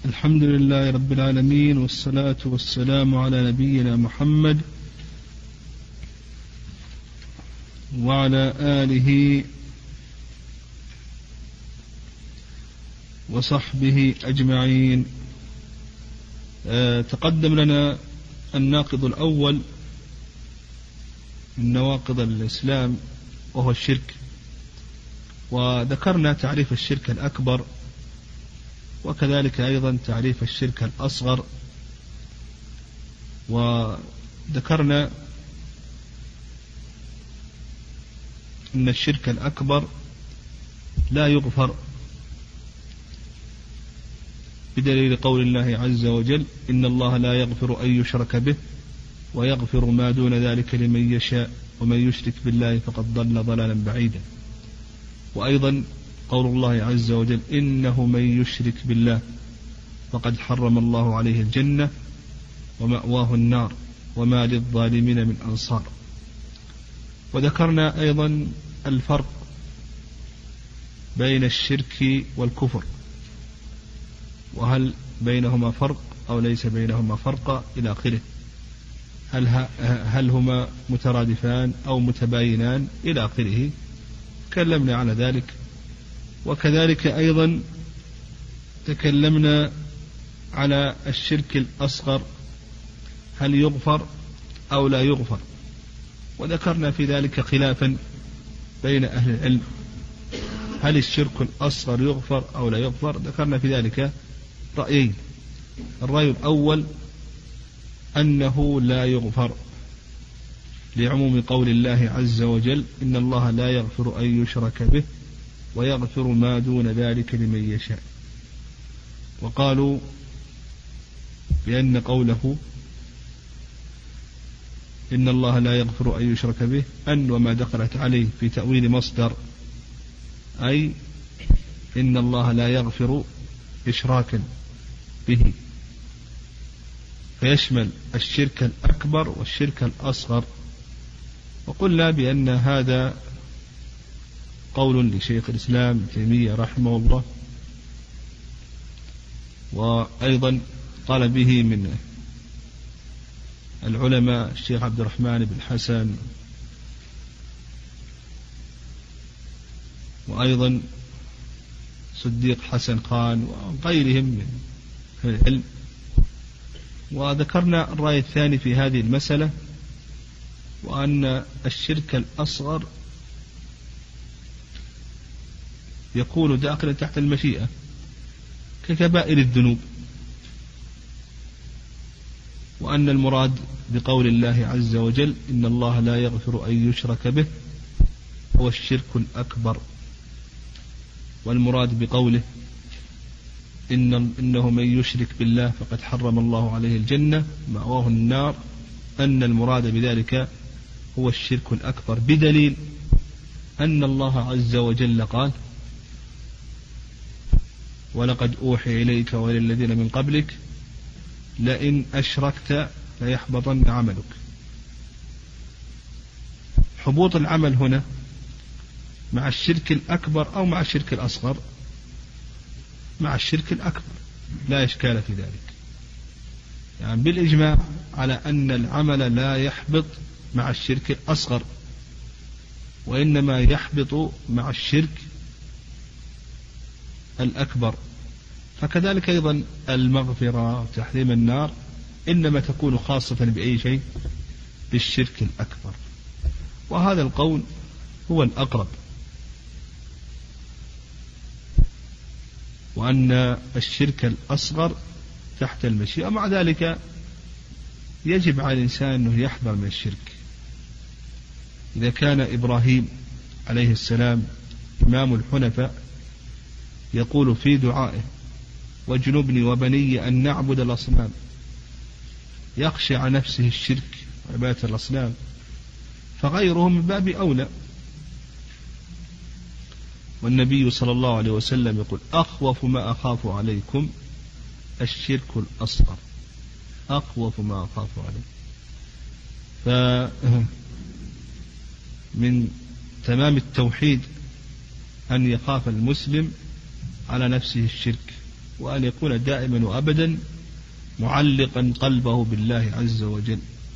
الحمد لله رب العالمين، والصلاة والسلام على نبينا محمد وعلى آله وصحبه أجمعين. تقدم لنا الناقض الأول من نواقض الإسلام وهو الشرك، وذكرنا تعريف الشرك الأكبر وكذلك أيضا تعريف الشرك الأصغر، وذكرنا أن الشرك الأكبر لا يغفر بدليل قول الله عز وجل: إن الله لا يغفر أن يشرك به ويغفر ما دون ذلك لمن يشاء ومن يشرك بالله فقد ضل ضلالا بعيدا. وأيضا قول الله عز وجل: إنه من يشرك بالله فقد حرم الله عليه الجنة ومأواه النار وما للظالمين من أنصار. وذكرنا أيضا الفرق بين الشرك والكفر، وهل بينهما فرق أو ليس بينهما فرق إلى آخره، هل هما مترادفان أو متباينان إلى آخره، تكلمنا على ذلك. وكذلك أيضا تكلمنا على الشرك الأصغر، هل يغفر أو لا يغفر، وذكرنا في ذلك خلافا بين أهل العلم، هل الشرك الأصغر يغفر أو لا يغفر. ذكرنا في ذلك رأيين: الرأي الأول أنه لا يغفر لعموم قول الله عز وجل: إن الله لا يغفر أن يشرك به ويغفر ما دون ذلك لمن يشاء. وقالوا بأن قوله إن الله لا يغفر أن يشرك به أن وما دخلت عليه في تأويل مصدر، أي إن الله لا يغفر إشراكا به، فيشمل الشرك الأكبر والشرك الأصغر. وقلنا بأن هذا قول لشيخ الإسلام ابن تيمية رحمه الله، وأيضا قال به من العلماء الشيخ عبد الرحمن بن حسن، وأيضا صديق حسن خان وغيرهم من العلم. وذكرنا الرأي الثاني في هذه المسألة، وأن الشرك الأصغر يكون داخلا تحت المشيئة ككبائر الذنوب، وأن المراد بقول الله عز وجل: إن الله لا يغفر أن يشرك به هو الشرك الأكبر. والمراد بقوله إنه من يشرك بالله فقد حرم الله عليه الجنة مأواه النار، أن المراد بذلك هو الشرك الأكبر، بدليل أن الله عز وجل قال: ولقد أوحي إليك وإلى الذين من قبلك لئن أشركت ليحبطن عملك. حبوط العمل هنا مع الشرك الأكبر أو مع الشرك الأصغر؟ مع الشرك الأكبر، لا إشكال في ذلك، يعني بالإجماع على أن العمل لا يحبط مع الشرك الأصغر، وإنما يحبط مع الشرك الأكبر. فكذلك أيضا المغفرة وتحريم النار إنما تكون خاصة بأي شيء؟ بالشرك الأكبر. وهذا القول هو الأقرب، وأن الشرك الأصغر تحت المشيئة. مع ذلك يجب على الإنسان أنه يحذر من الشرك. إذا كان إبراهيم عليه السلام إمام الحنفاء يقول في دعائه: واجنبني وبني أن نعبد الأصنام، يخشى على نفسه الشرك وعبادة الأصنام، فغيره من باب أولى. والنبي صلى الله عليه وسلم يقول: أخوف ما أخاف عليكم الشرك الأصغر، أخوف ما أخاف عليكم. فمن تمام التوحيد أن يخاف المسلم على نفسه الشرك وأن يكون دائما وأبدا معلقا قلبه بالله عز وجل.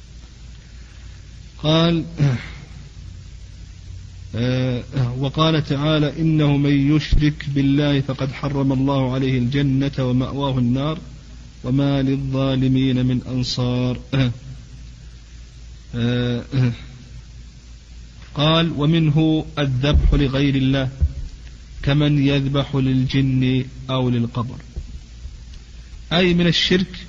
قال وقال تعالى إنه من يشرك بالله فقد حرم الله عليه الجنة ومأواه النار وما للظالمين من أنصار. قال ومنه الذبح لغير الله كمن يذبح للجن أو للقبر، أي من الشرك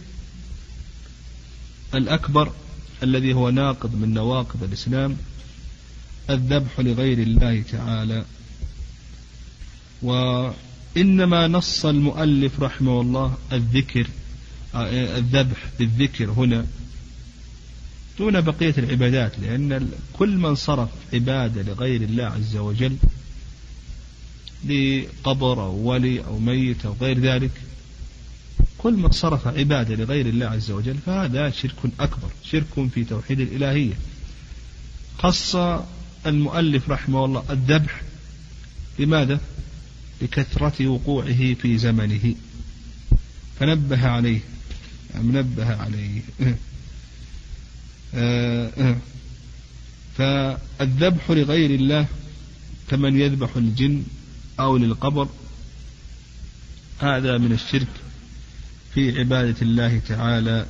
الأكبر الذي هو ناقض من نواقض الإسلام الذبح لغير الله تعالى. وإنما نص المؤلف رحمه الله الذبح بالذكر هنا دون بقية العبادات، لأن كل من صرف عبادة لغير الله عز وجل لقبر أو ولي أو ميت أو غير ذلك، كل من صرف عبادة لغير الله عز وجل فهذا شرك أكبر، شرك في توحيد الإلهية. خص المؤلف رحمه الله الذبح لماذا؟ لكثرة وقوعه في زمنه فنبه عليه، فالذبح لغير الله كمن يذبح الجن أو للقبر هذا من الشرك في عبادة الله تعالى،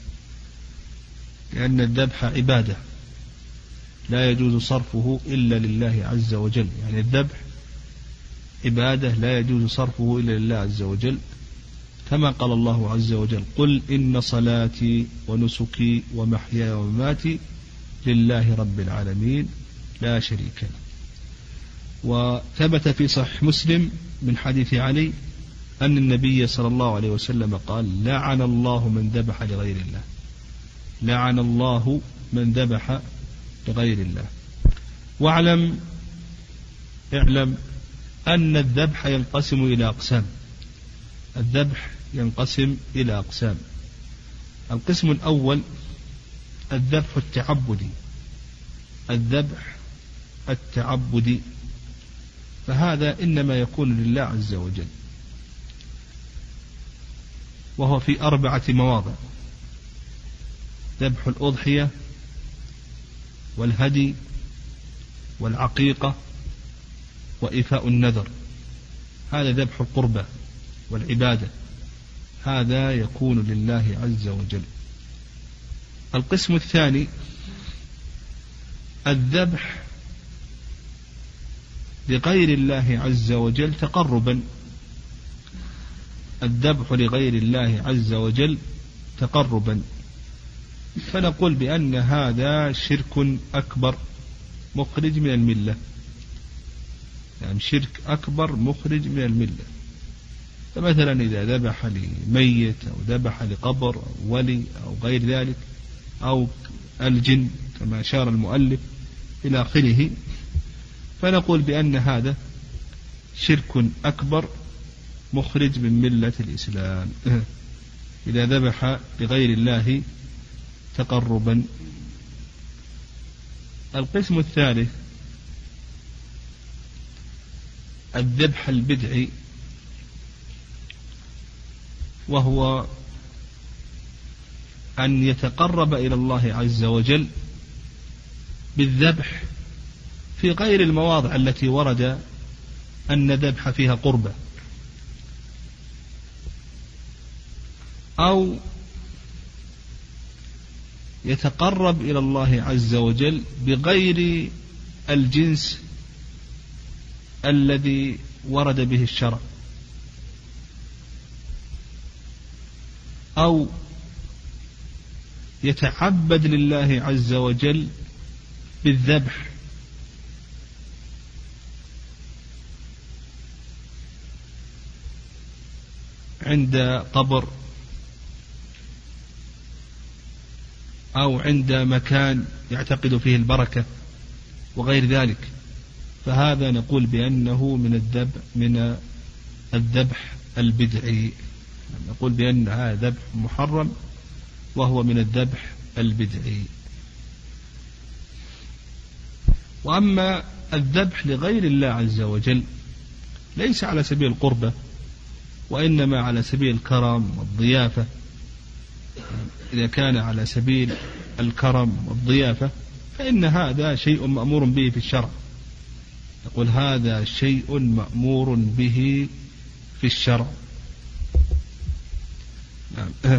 لأن الذبح عبادة لا يجوز صرفه إلا لله عز وجل، يعني الذبح عبادة لا يجوز صرفه إلا لله عز وجل، كما قال الله عز وجل قل إن صلاتي ونسكي ومحياي ومماتي لله رب العالمين لا شريك له. وثبت في صحيح مسلم من حديث علي أن النبي صلى الله عليه وسلم قال لعن الله من ذبح لغير الله، لعن الله من ذبح لغير الله. واعلم أن الذبح ينقسم إلى أقسام، الذبح ينقسم إلى أقسام. القسم الأول الذبح التعبدي، الذبح التعبدي فهذا إنما يكون لله عز وجل، وهو في 4 مواضع: ذبح الأضحية والهدي والعقيقة وإيفاء النذر، هذا ذبح القربة والعبادة، هذا يكون لله عز وجل. القسم الثاني الذبح لغير الله عز وجل تقربا، الذبح لغير الله عز وجل تقربا، فنقول بأن هذا شرك أكبر مخرج من الملة، يعني شرك أكبر مخرج من الملة. فمثلا إذا ذبح لميت أو ذبح لقبر أو ولي أو غير ذلك أو الجن كما أشار المؤلف إلى آخره، فنقول بأن هذا شرك أكبر مخرج من ملة الإسلام إذا ذبح لغير الله تقربا. القسم الثالث الذبح البدعي، وهو أن يتقرب إلى الله عز وجل بالذبح في غير المواضع التي ورد أن ذبح فيها قربة، أو يتقرب إلى الله عز وجل بغير الجنس الذي ورد به الشرع، أو يتعبد لله عز وجل بالذبح عند قبر أو عند مكان يعتقد فيه البركة وغير ذلك، فهذا نقول بأنه من الذبح البدعي، نقول بأن هذا ذبح محرم وهو من الذبح البدعي. وأما الذبح لغير الله عز وجل ليس على سبيل القربة، وإنما على سبيل الكرم والضيافة. إذا كان على سبيل الكرم والضيافة فإن هذا شيء مأمور به في الشرع. نقول هذا شيء مأمور به في الشرع. نعم.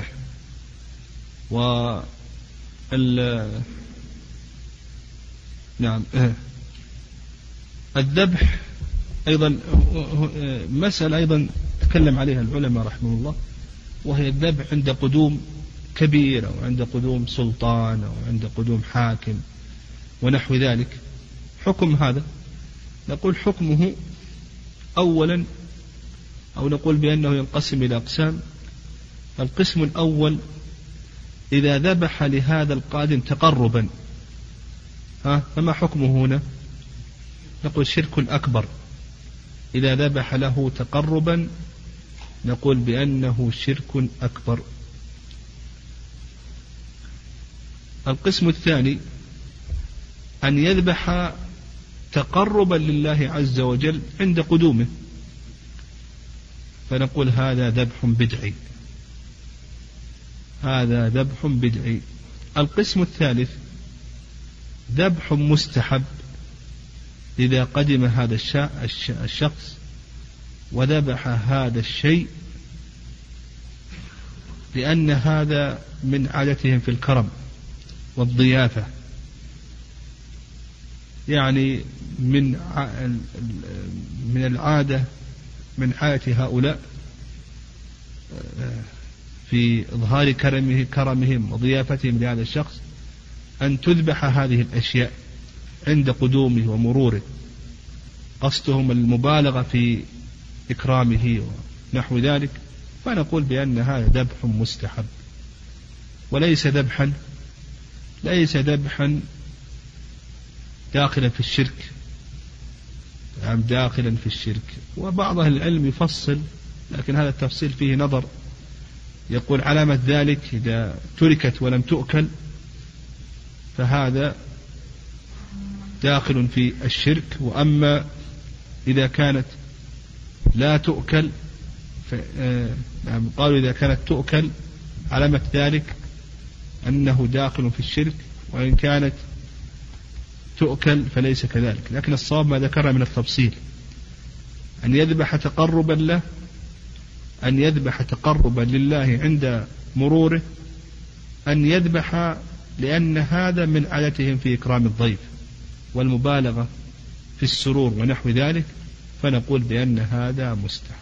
نعم. الذبح أيضا مسألة أيضا تكلم عليها العلماء رحمه الله، وهي الذبح عند قدوم كبير أو عند قدوم سلطان أو عند قدوم حاكم ونحو ذلك. حكم هذا نقول حكمه أولا، أو نقول بأنه ينقسم إلى أقسام. القسم الأول إذا ذبح لهذا القادم تقربا، فما حكمه هنا؟ نقول شرك أكبر. إذا ذبح له تقربا نقول بأنه شرك أكبر. القسم الثاني أن يذبح تقربا لله عز وجل عند قدومه، فنقول هذا ذبح بدعي، هذا ذبح بدعي. القسم الثالث ذبح مستحب، إذا قدم هذا الشخص وذبح هذا الشيء لأن هذا من عادتهم في الكرم والضيافة، يعني من العادة، من عادة هؤلاء في إظهار كرمهم وضيافتهم لهذا الشخص أن تذبح هذه الأشياء عند قدومه ومروره، قصدهم المبالغة في إكرامه ونحو ذلك. فنقول بأن هذا ذبح مستحب وليس ذبحا داخلا في الشرك، داخلا في الشرك. وبعض أهل العلم يفصل، لكن هذا التفصيل فيه نظر. يقول علامة ذلك إذا تركت ولم تؤكل فهذا داخل في الشرك، وأما إذا كانت لا تؤكل قالوا إذا كانت تؤكل علامة ذلك أنه داخل في الشرك، وإن كانت تؤكل فليس كذلك. لكن الصواب ما ذكر من التفصيل، أن يذبح تقربا له، أن يذبح تقربا لله عند مروره، أن يذبح لأن هذا من عادتهم في إكرام الضيف والمبالغة في السرور ونحو ذلك، فنقول بأن هذا مستحب.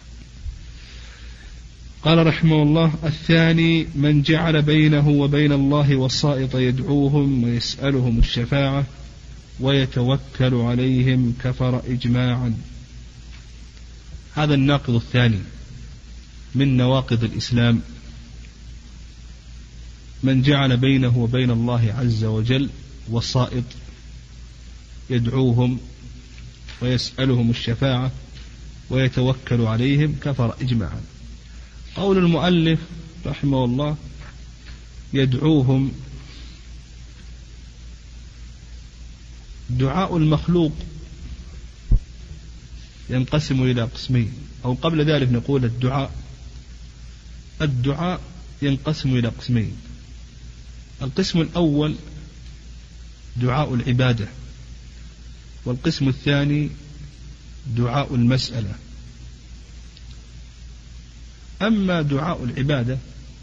قال رحمه الله: الثاني من جعل بينه وبين الله وسائط يدعوهم ويسألهم الشفاعة ويتوكل عليهم كفر إجماعا. هذا الناقض الثاني من نواقض الإسلام، من جعل بينه وبين الله عز وجل وسائط يدعوهم ويسألهم الشفاعة ويتوكل عليهم كفر إجماعا. قول المؤلف رحمه الله يدعوهم، دعاء المخلوق ينقسم إلى قسمين، أو قبل ذلك نقول الدعاء ينقسم إلى قسمين. القسم الأول دعاء العبادة، والقسم الثاني دعاء المسألة. أما دعاء العبادة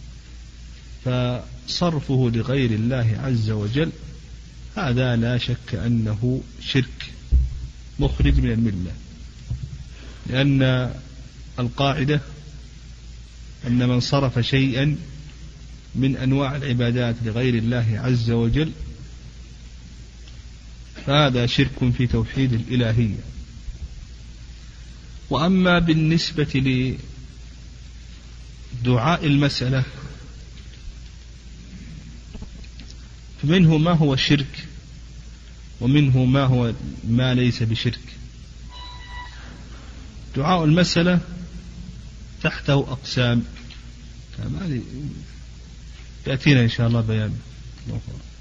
فصرفه لغير الله عز وجل هذا لا شك أنه شرك مخرج من الملة، لأن القاعدة أن من صرف شيئا من أنواع العبادات لغير الله عز وجل فهذا شرك في توحيد الإلهية. وأما بالنسبة لدعاء المسألة فمنه ما هو شرك ومنه ما ليس بشرك. دعاء المسألة تحته أقسام يأتينا إن شاء الله بيان.